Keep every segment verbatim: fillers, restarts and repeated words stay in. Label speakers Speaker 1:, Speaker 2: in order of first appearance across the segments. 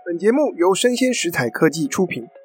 Speaker 1: 本节目由生鲜食材科技出品。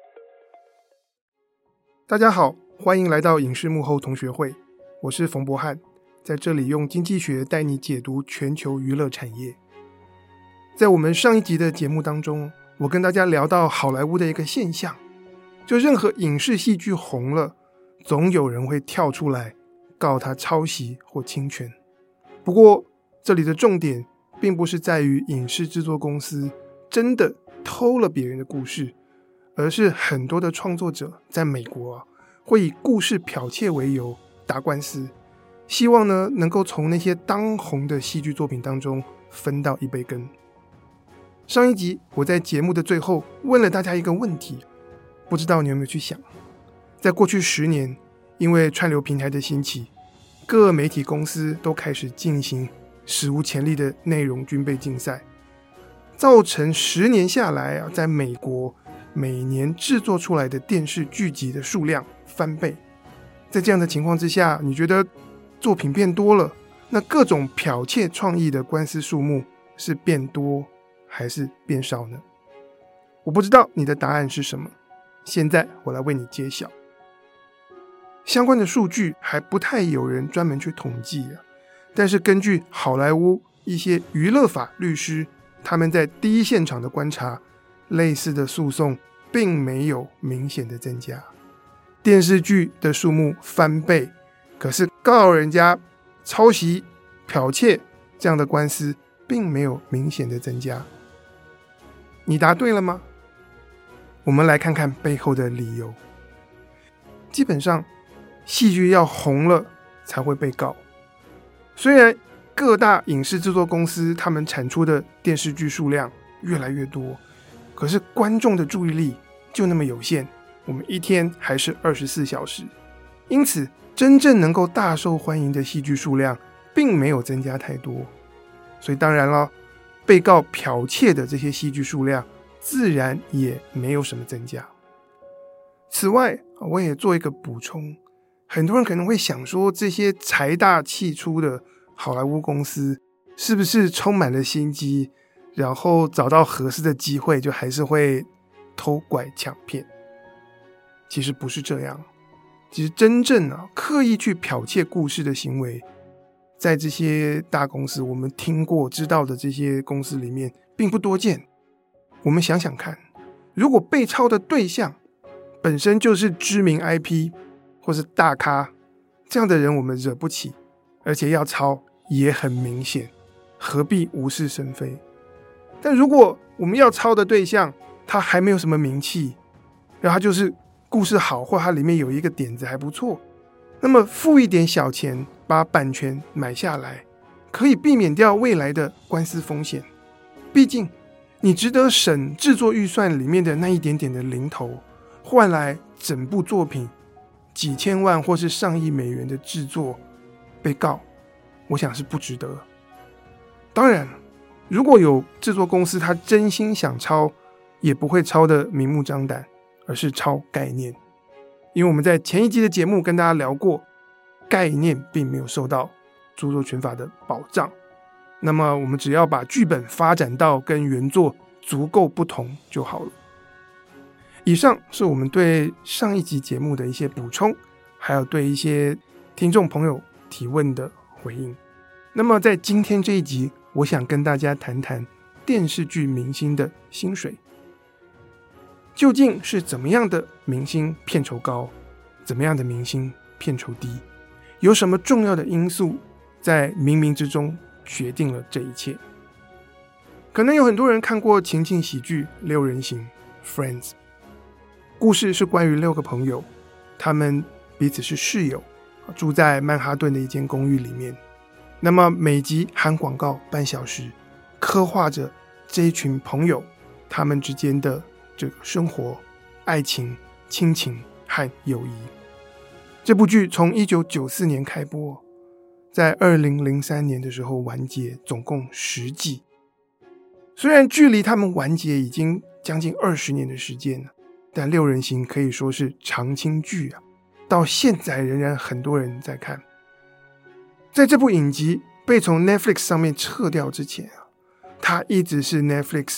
Speaker 1: 大家好，欢迎来到影视幕后同学会，我是冯博翰，在这里用经济学带你解读全球娱乐产业。在我们上一集的节目当中，我跟大家聊到好莱坞的一个现象，就任何影视戏剧红了，总有人会跳出来告他抄袭或侵权。不过这里的重点并不是在于影视制作公司真的偷了别人的故事，而是很多的创作者在美国啊，会以故事剽窃为由打官司，希望呢能够从那些当红的戏剧作品当中分到一杯羹。上一集我在节目的最后问了大家一个问题，不知道你有没有去想，在过去十年，因为串流平台的兴起，各媒体公司都开始进行史无前例的内容军备竞赛，造成十年下来啊，在美国每年制作出来的电视剧集的数量翻倍。在这样的情况之下，你觉得作品变多了，那各种剽窃创意的官司数目是变多还是变少呢？我不知道你的答案是什么，现在我来为你揭晓。相关的数据还不太有人专门去统计啊，但是根据好莱坞一些娱乐法律师他们在第一现场的观察，类似的诉讼并没有明显的增加。电视剧的数目翻倍，可是告人家抄袭、剽窃这样的官司并没有明显的增加。你答对了吗？我们来看看背后的理由。基本上，戏剧要红了才会被告。虽然各大影视制作公司他们产出的电视剧数量越来越多，可是观众的注意力就那么有限，我们一天还是二十四小时，因此真正能够大受欢迎的戏剧数量并没有增加太多。所以当然了，被告剽窃的这些戏剧数量自然也没有什么增加。此外，我也做一个补充，很多人可能会想说，这些财大气粗的好莱坞公司是不是充满了心机，然后找到合适的机会就还是会偷拐抢骗？其实不是这样，其实真正啊刻意去剽窃故事的行为，在这些大公司我们听过知道的这些公司里面并不多见。我们想想看，如果被抄的对象本身就是知名 I P 或是大咖，这样的人我们惹不起，而且要抄也很明显，何必无事生非？但如果我们要抄的对象他还没有什么名气，然后他就是故事好，或他里面有一个点子还不错，那么付一点小钱把版权买下来，可以避免掉未来的官司风险。毕竟你值得省制作预算里面的那一点点的零头，换来整部作品几千万或是上亿美元的制作被告，我想是不值得。当然，如果有制作公司他真心想抄，也不会抄得明目张胆，而是抄概念。因为我们在前一集的节目跟大家聊过，概念并没有受到著作权法的保障，那么我们只要把剧本发展到跟原作足够不同就好了。以上是我们对上一集节目的一些补充，还有对一些听众朋友提问的回应。那么在今天这一集，我想跟大家谈谈电视剧明星的薪水。究竟是怎么样的明星片酬高，怎么样的明星片酬低？有什么重要的因素在冥冥之中决定了这一切？可能有很多人看过情境喜剧六人行 Friends， 故事是关于六个朋友，他们彼此是室友，住在曼哈顿的一间公寓里面。那么每集含广告半小时，刻画着这一群朋友他们之间的这个生活、爱情、亲情和友谊。这部剧从一九九四年开播，在二零零三年的时候完结，总共十季。虽然距离他们完结已经将近二十年的时间了，但六人行可以说是常青剧啊，到现在仍然很多人在看。在这部影集被从 Netflix 上面撤掉之前啊，它一直是 Netflix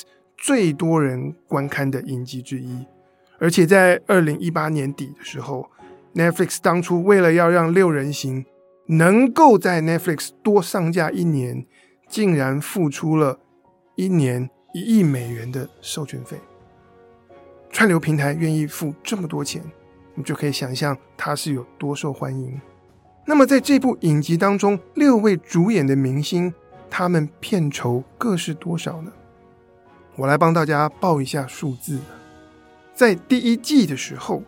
Speaker 1: 最多人观看的影集之一。而且在二零一八年底的时候， Netflix 当初为了要让六人行能够在 Netflix 多上架一年，竟然付出了一年一亿美元的授权费。串流平台愿意付这么多钱，你就可以想象它是有多受欢迎。那么在这部影集当中，六位主演的明星，他们片酬各是多少呢？我来帮大家报一下数字。在第一季的时候，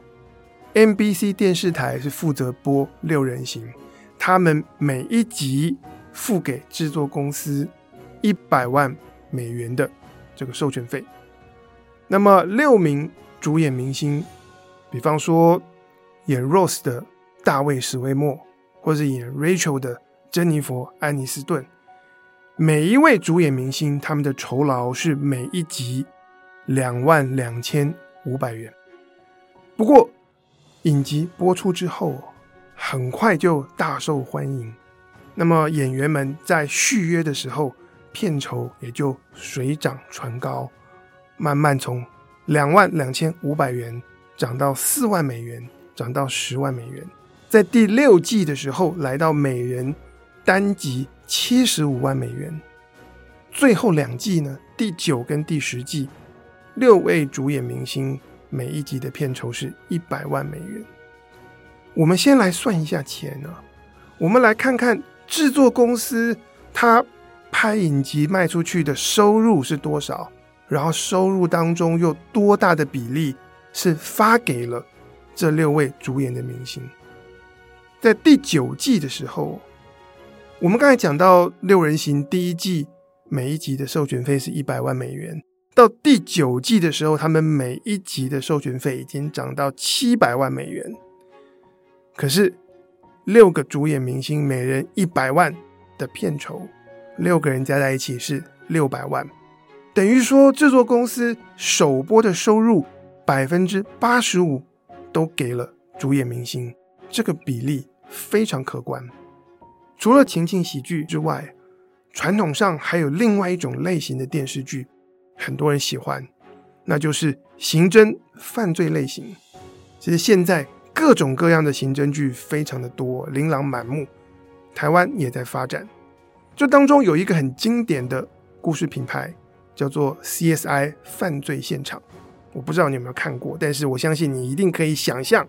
Speaker 1: N B C 电视台是负责播六人行，他们每一集付给制作公司一百万美元的这个授权费。那么六名主演明星，比方说演 Rose 的大卫史威默，或是演 Rachel 的珍妮佛安妮斯顿，每一位主演明星他们的酬劳是每一集两万两千五百元。不过影集播出之后很快就大受欢迎，那么演员们在续约的时候片酬也就水涨船高，慢慢从两万两千五百元涨到四万美元，涨到十万美元。在第六季的时候来到每人单集七十五万美元。最后两季呢，第九跟第十季，六位主演明星每一集的片酬是一百万美元。我们先来算一下钱啊，我们来看看制作公司它拍影集卖出去的收入是多少，然后收入当中又多大的比例是发给了这六位主演的明星。在第九季的时候，我们刚才讲到六人行第一季每一集的授权费是一百万美元，到第九季的时候，他们每一集的授权费已经涨到七百万美元。可是六个主演明星每人一百万的片酬，六个人加在一起是六百万，等于说制作公司首播的收入 百分之八十五 都给了主演明星，这个比例非常可观。除了情景喜剧之外，传统上还有另外一种类型的电视剧很多人喜欢，那就是刑侦犯罪类型。其实现在各种各样的刑侦剧非常的多，琳琅满目，台湾也在发展。这当中有一个很经典的故事品牌叫做 C S I 犯罪现场，我不知道你有没有看过，但是我相信你一定可以想象，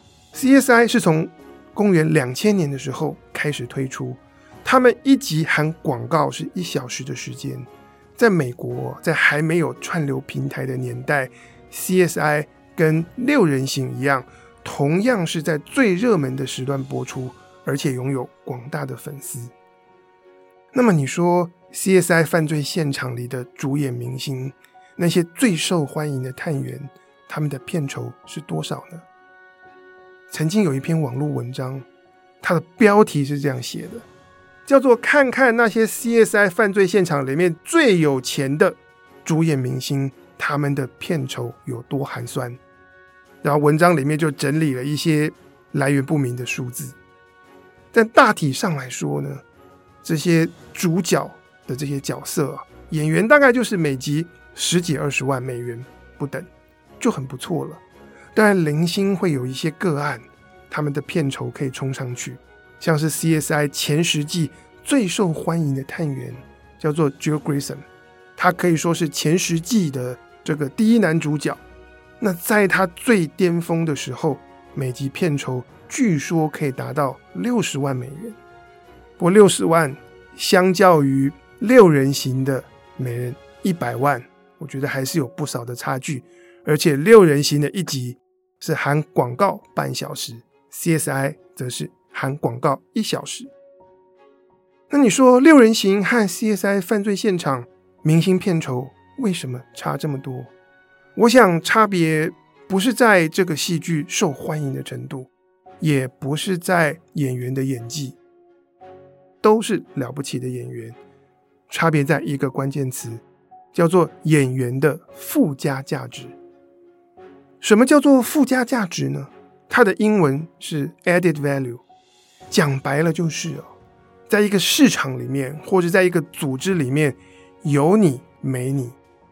Speaker 1: C S I 是从公元两千年的时候开始推出，他们一集含广告是一小时的时间。在美国，在还没有串流平台的年代， C S I 跟六人行一样，同样是在最热门的时段播出，而且拥有广大的粉丝。那么你说 C S I 犯罪现场里的主演明星，那些最受欢迎的探员，他们的片酬是多少呢？曾经有一篇网络文章，它的标题是这样写的，叫做看看那些 C S I 犯罪现场里面最有钱的主演明星，他们的片酬有多寒酸。然后文章里面就整理了一些来源不明的数字，但大体上来说呢，这些主角的这些角色啊，演员大概就是每集十几二十万美元不等，就很不错了。当然零星会有一些个案，他们的片酬可以冲上去，像是 C S I 前十季最受欢迎的探员叫做 Joe Grayson， 他可以说是前十季的这个第一男主角。那在他最巅峰的时候，每集片酬据说可以达到六十万美元。不过六十万相较于六人行的每人一百万，我觉得还是有不少的差距。而且六人行的一集是含广告半小时， C S I 则是含广告一小时。那你说六人行和 C S I 犯罪现场明星片酬为什么差这么多？我想差别不是在这个戏剧受欢迎的程度，也不是在演员的演技，都是了不起的演员，差别在一个关键词，叫做演员的附加价值。什么叫做附加价值呢？它的英文是 added value， 讲白了就是哦，在一个市场里面，或者在一个组织里面，有你没你，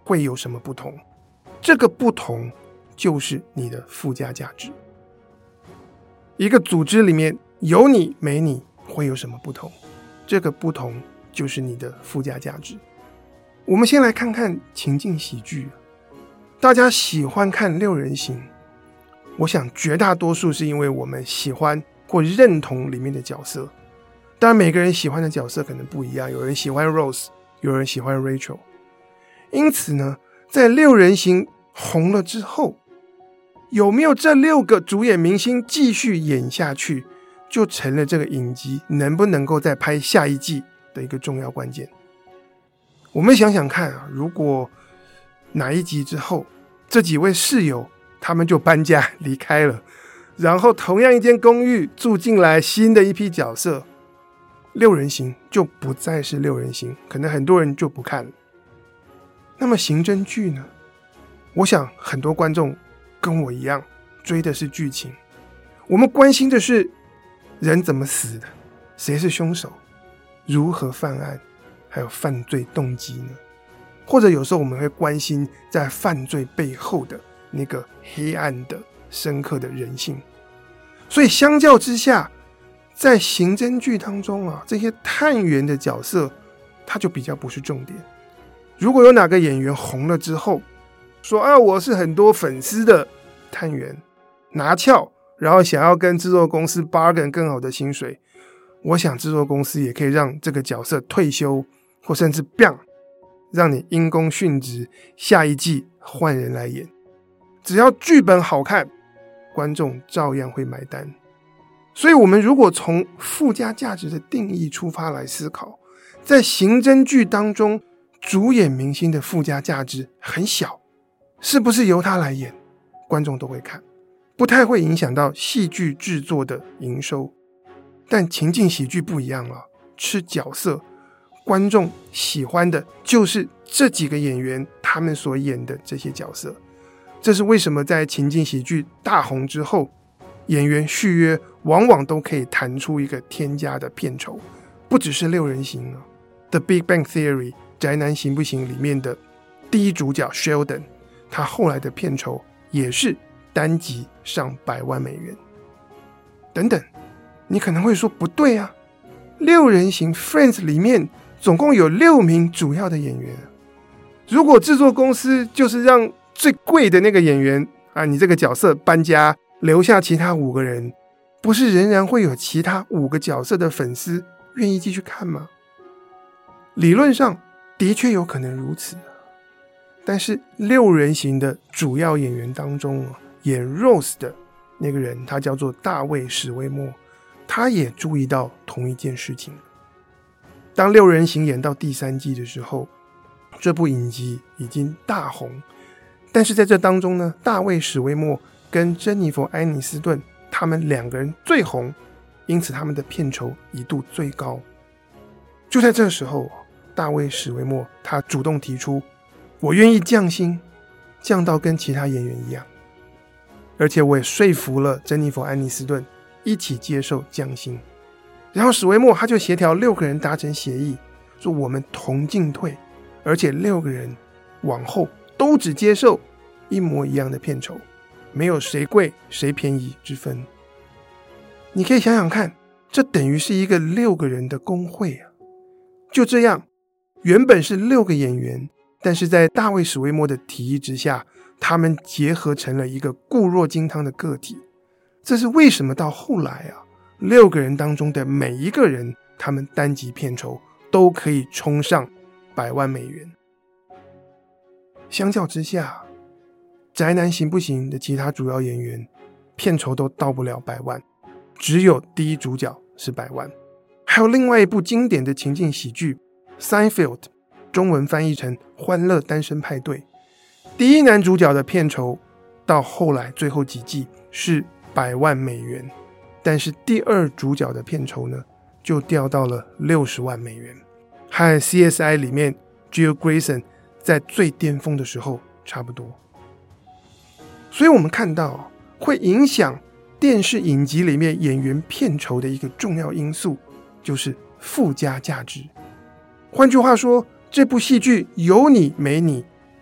Speaker 1: 会有什么不同？这个不同就是你的附加价值。一个组织里面有你没你会有什么不同？这个不同就是你的附加价值。我们先来看看情境喜剧。大家喜欢看六人行，我想绝大多数是因为我们喜欢或认同里面的角色。当然每个人喜欢的角色可能不一样，有人喜欢 Rose， 有人喜欢 Rachel。 因此呢，在六人行红了之后，有没有这六个主演明星继续演下去，就成了这个影集能不能够再拍下一季的一个重要关键。我们想想看啊，如果哪一集之后这几位室友他们就搬家离开了，然后同样一间公寓住进来新的一批角色，六人行就不再是六人行，可能很多人就不看了。那么刑侦剧呢？我想很多观众跟我一样追的是剧情，我们关心的是人怎么死的，谁是凶手，如何犯案，还有犯罪动机呢？或者有时候我们会关心在犯罪背后的那个黑暗的深刻的人性。所以相较之下，在刑侦剧当中啊，这些探员的角色他就比较不是重点。如果有哪个演员红了之后说啊，我是很多粉丝的探员，拿翘，然后想要跟制作公司 bargain 更好的薪水，我想制作公司也可以让这个角色退休，或甚至 biang， 让你因公殉职，下一季换人来演。只要剧本好看，观众照样会买单。所以我们如果从附加价值的定义出发来思考，在刑侦剧当中主演明星的附加价值很小，是不是由他来演观众都会看，不太会影响到戏剧制作的营收。但情境喜剧不一样了，吃角色，观众喜欢的就是这几个演员他们所演的这些角色。这是为什么在情境喜剧大红之后，演员续约往往都可以弹出一个天价的片酬。不只是六人行啊， The Big Bang Theory 宅男行不行里面的第一主角 Sheldon， 他后来的片酬也是单集上百万美元。等等，你可能会说不对啊，六人行 Friends 里面总共有六名主要的演员，如果制作公司就是让最贵的那个演员啊，你这个角色搬家，留下其他五个人，不是仍然会有其他五个角色的粉丝愿意继续看吗？理论上的确有可能如此，但是六人行的主要演员当中，演 Rose 的那个人他叫做大卫史威默，他也注意到同一件事情。当六人行演到第三季的时候，这部影集已经大红，但是在这当中呢，大卫史威默跟珍妮佛·安妮斯顿他们两个人最红，因此他们的片酬一度最高。就在这时候，大卫史威默他主动提出，我愿意降薪，降到跟其他演员一样，而且我也说服了珍妮佛·安妮斯顿一起接受降薪。然后史威默他就协调六个人达成协议，说我们同进退，而且六个人往后都只接受一模一样的片酬，没有谁贵谁便宜之分。你可以想想看，这等于是一个六个人的工会啊！就这样，原本是六个演员，但是在大卫史威默的提议之下，他们结合成了一个固若金汤的个体。这是为什么到后来啊，六个人当中的每一个人，他们单集片酬都可以冲上百万美元。相较之下，宅男行不行的其他主要演员片酬都到不了百万，只有第一主角是百万。还有另外一部经典的情境喜剧 Seinfeld， 中文翻译成欢乐单身派对，第一男主角的片酬到后来最后几季是百万美元，但是第二主角的片酬呢就掉到了六十万美元，和 C S I 里面 Jill Grayson 在最巅峰的时候差不多。所以我们看到会影响电视影集里面演员片酬的一个重要因素就是附加价值。换句话说，这部戏剧有你没你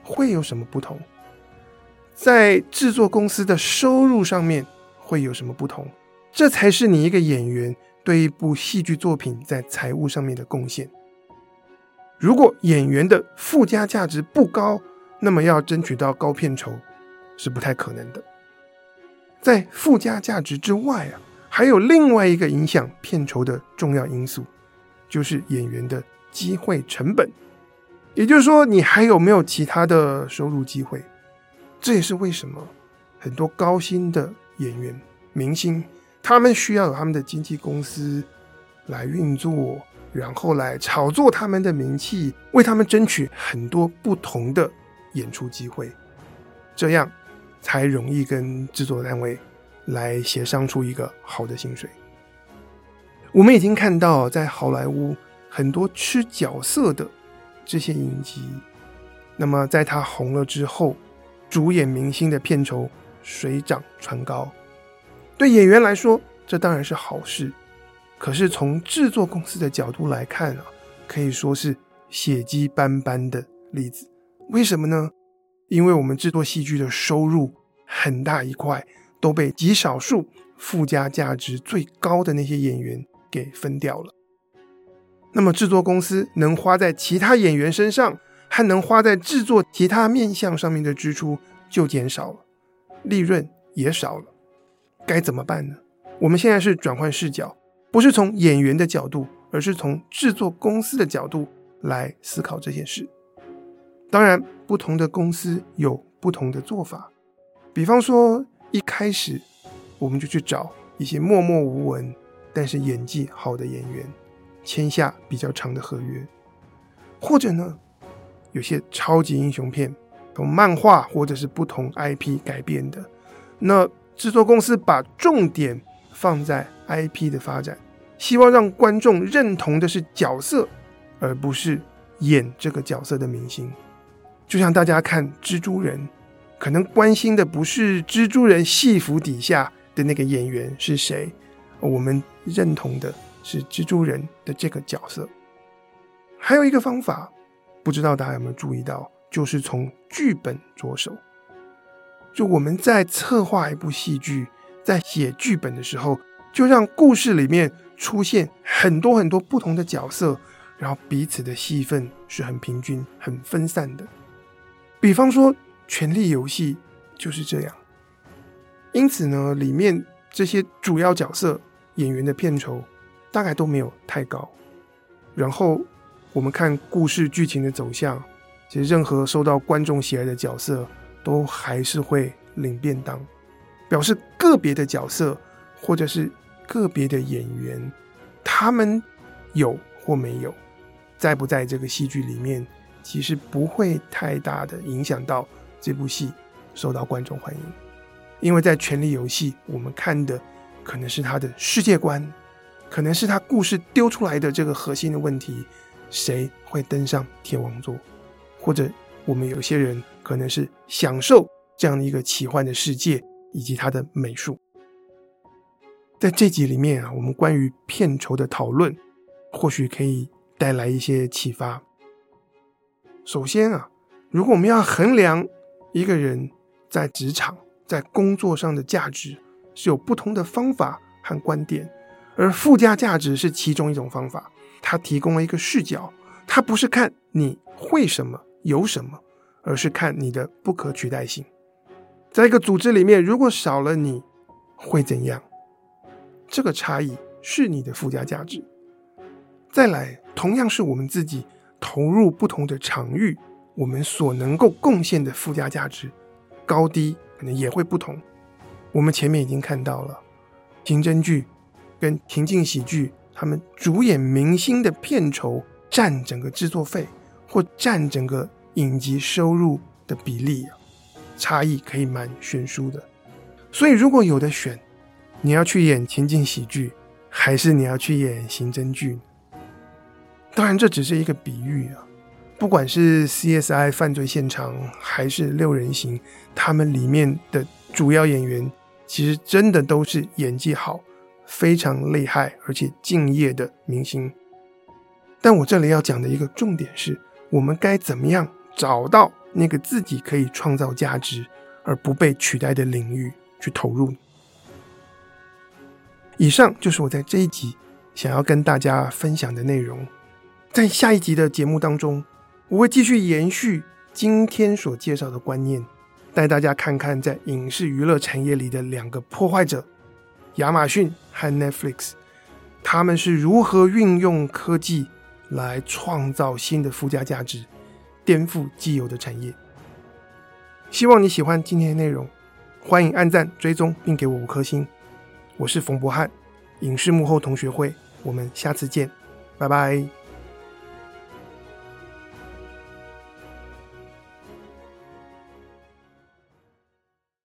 Speaker 1: 会有什么不同？在制作公司的收入上面会有什么不同？这才是你一个演员对一部戏剧作品在财务上面的贡献。如果演员的附加价值不高，那么要争取到高片酬是不太可能的。在附加价值之外啊，还有另外一个影响片酬的重要因素，就是演员的机会成本。也就是说，你还有没有其他的收入机会？这也是为什么很多高薪的演员、明星，他们需要有他们的经纪公司来运作，然后来炒作他们的名气，为他们争取很多不同的演出机会，这样才容易跟制作单位来协商出一个好的薪水。我们已经看到在好莱坞很多吃角色的这些影集，那么在他红了之后，主演明星的片酬水涨船高。对演员来说，这当然是好事，可是从制作公司的角度来看啊，可以说是血迹斑斑的例子。为什么呢？因为我们制作戏剧的收入很大一块都被极少数附加价值最高的那些演员给分掉了。那么制作公司能花在其他演员身上和能花在制作其他面向上面的支出就减少了，利润也少了。该怎么办呢？我们现在是转换视角，不是从演员的角度，而是从制作公司的角度来思考这件事。当然，不同的公司有不同的做法。比方说，一开始我们就去找一些默默无闻但是演技好的演员，签下比较长的合约。或者呢，有些超级英雄片从漫画或者是不同 I P 改编的，那制作公司把重点放在 I P 的发展，希望让观众认同的是角色，而不是演这个角色的明星。就像大家看蜘蛛人，可能关心的不是蜘蛛人戏服底下的那个演员是谁，我们认同的是蜘蛛人的这个角色。还有一个方法，不知道大家有没有注意到，就是从剧本着手。就我们在策划一部戏剧，在写剧本的时候，就让故事里面出现很多很多不同的角色，然后彼此的戏份是很平均、很分散的。比方说《权力游戏》就是这样。因此呢，里面这些主要角色演员的片酬大概都没有太高。然后我们看故事剧情的走向，其实任何受到观众喜爱的角色都还是会领便当，表示个别的角色或者是个别的演员，他们有或没有在不在这个戏剧里面，其实不会太大的影响到这部戏受到观众欢迎。因为在《权力游戏》，我们看的可能是他的世界观，可能是他故事丢出来的这个核心的问题，谁会登上天王座，或者我们有些人可能是享受这样的一个奇幻的世界以及它的美术。在这集里面啊，我们关于片酬的讨论或许可以带来一些启发。首先啊，如果我们要衡量一个人在职场在工作上的价值，是有不同的方法和观点，而附加价值是其中一种方法。它提供了一个视角，它不是看你会什么有什么，而是看你的不可取代性。在一个组织里面，如果少了你会怎样？这个差异是你的附加价值。再来，同样是我们自己投入不同的场域，我们所能够贡献的附加价值高低可能也会不同。我们前面已经看到了刑侦剧跟情境喜剧，他们主演明星的片酬占整个制作费或占整个影集收入的比例啊，差异可以蛮悬殊的。所以如果有的选，你要去演情境喜剧还是你要去演刑侦剧？当然这只是一个比喻啊，不管是 C S I 犯罪现场还是六人行，他们里面的主要演员其实真的都是演技好、非常厉害而且敬业的明星。但我这里要讲的一个重点是，我们该怎么样找到那个自己可以创造价值而不被取代的领域去投入。以上就是我在这一集想要跟大家分享的内容。在下一集的节目当中，我会继续延续今天所介绍的观念，带大家看看在影视娱乐产业里的两个破坏者，亚马逊和 Netflix， 他们是如何运用科技来创造新的附加价值，颠覆既有的产业。希望你喜欢今天的内容，欢迎按赞追踪并给我五颗星。我是冯博翰，影视幕后同学会，我们下次见，拜拜。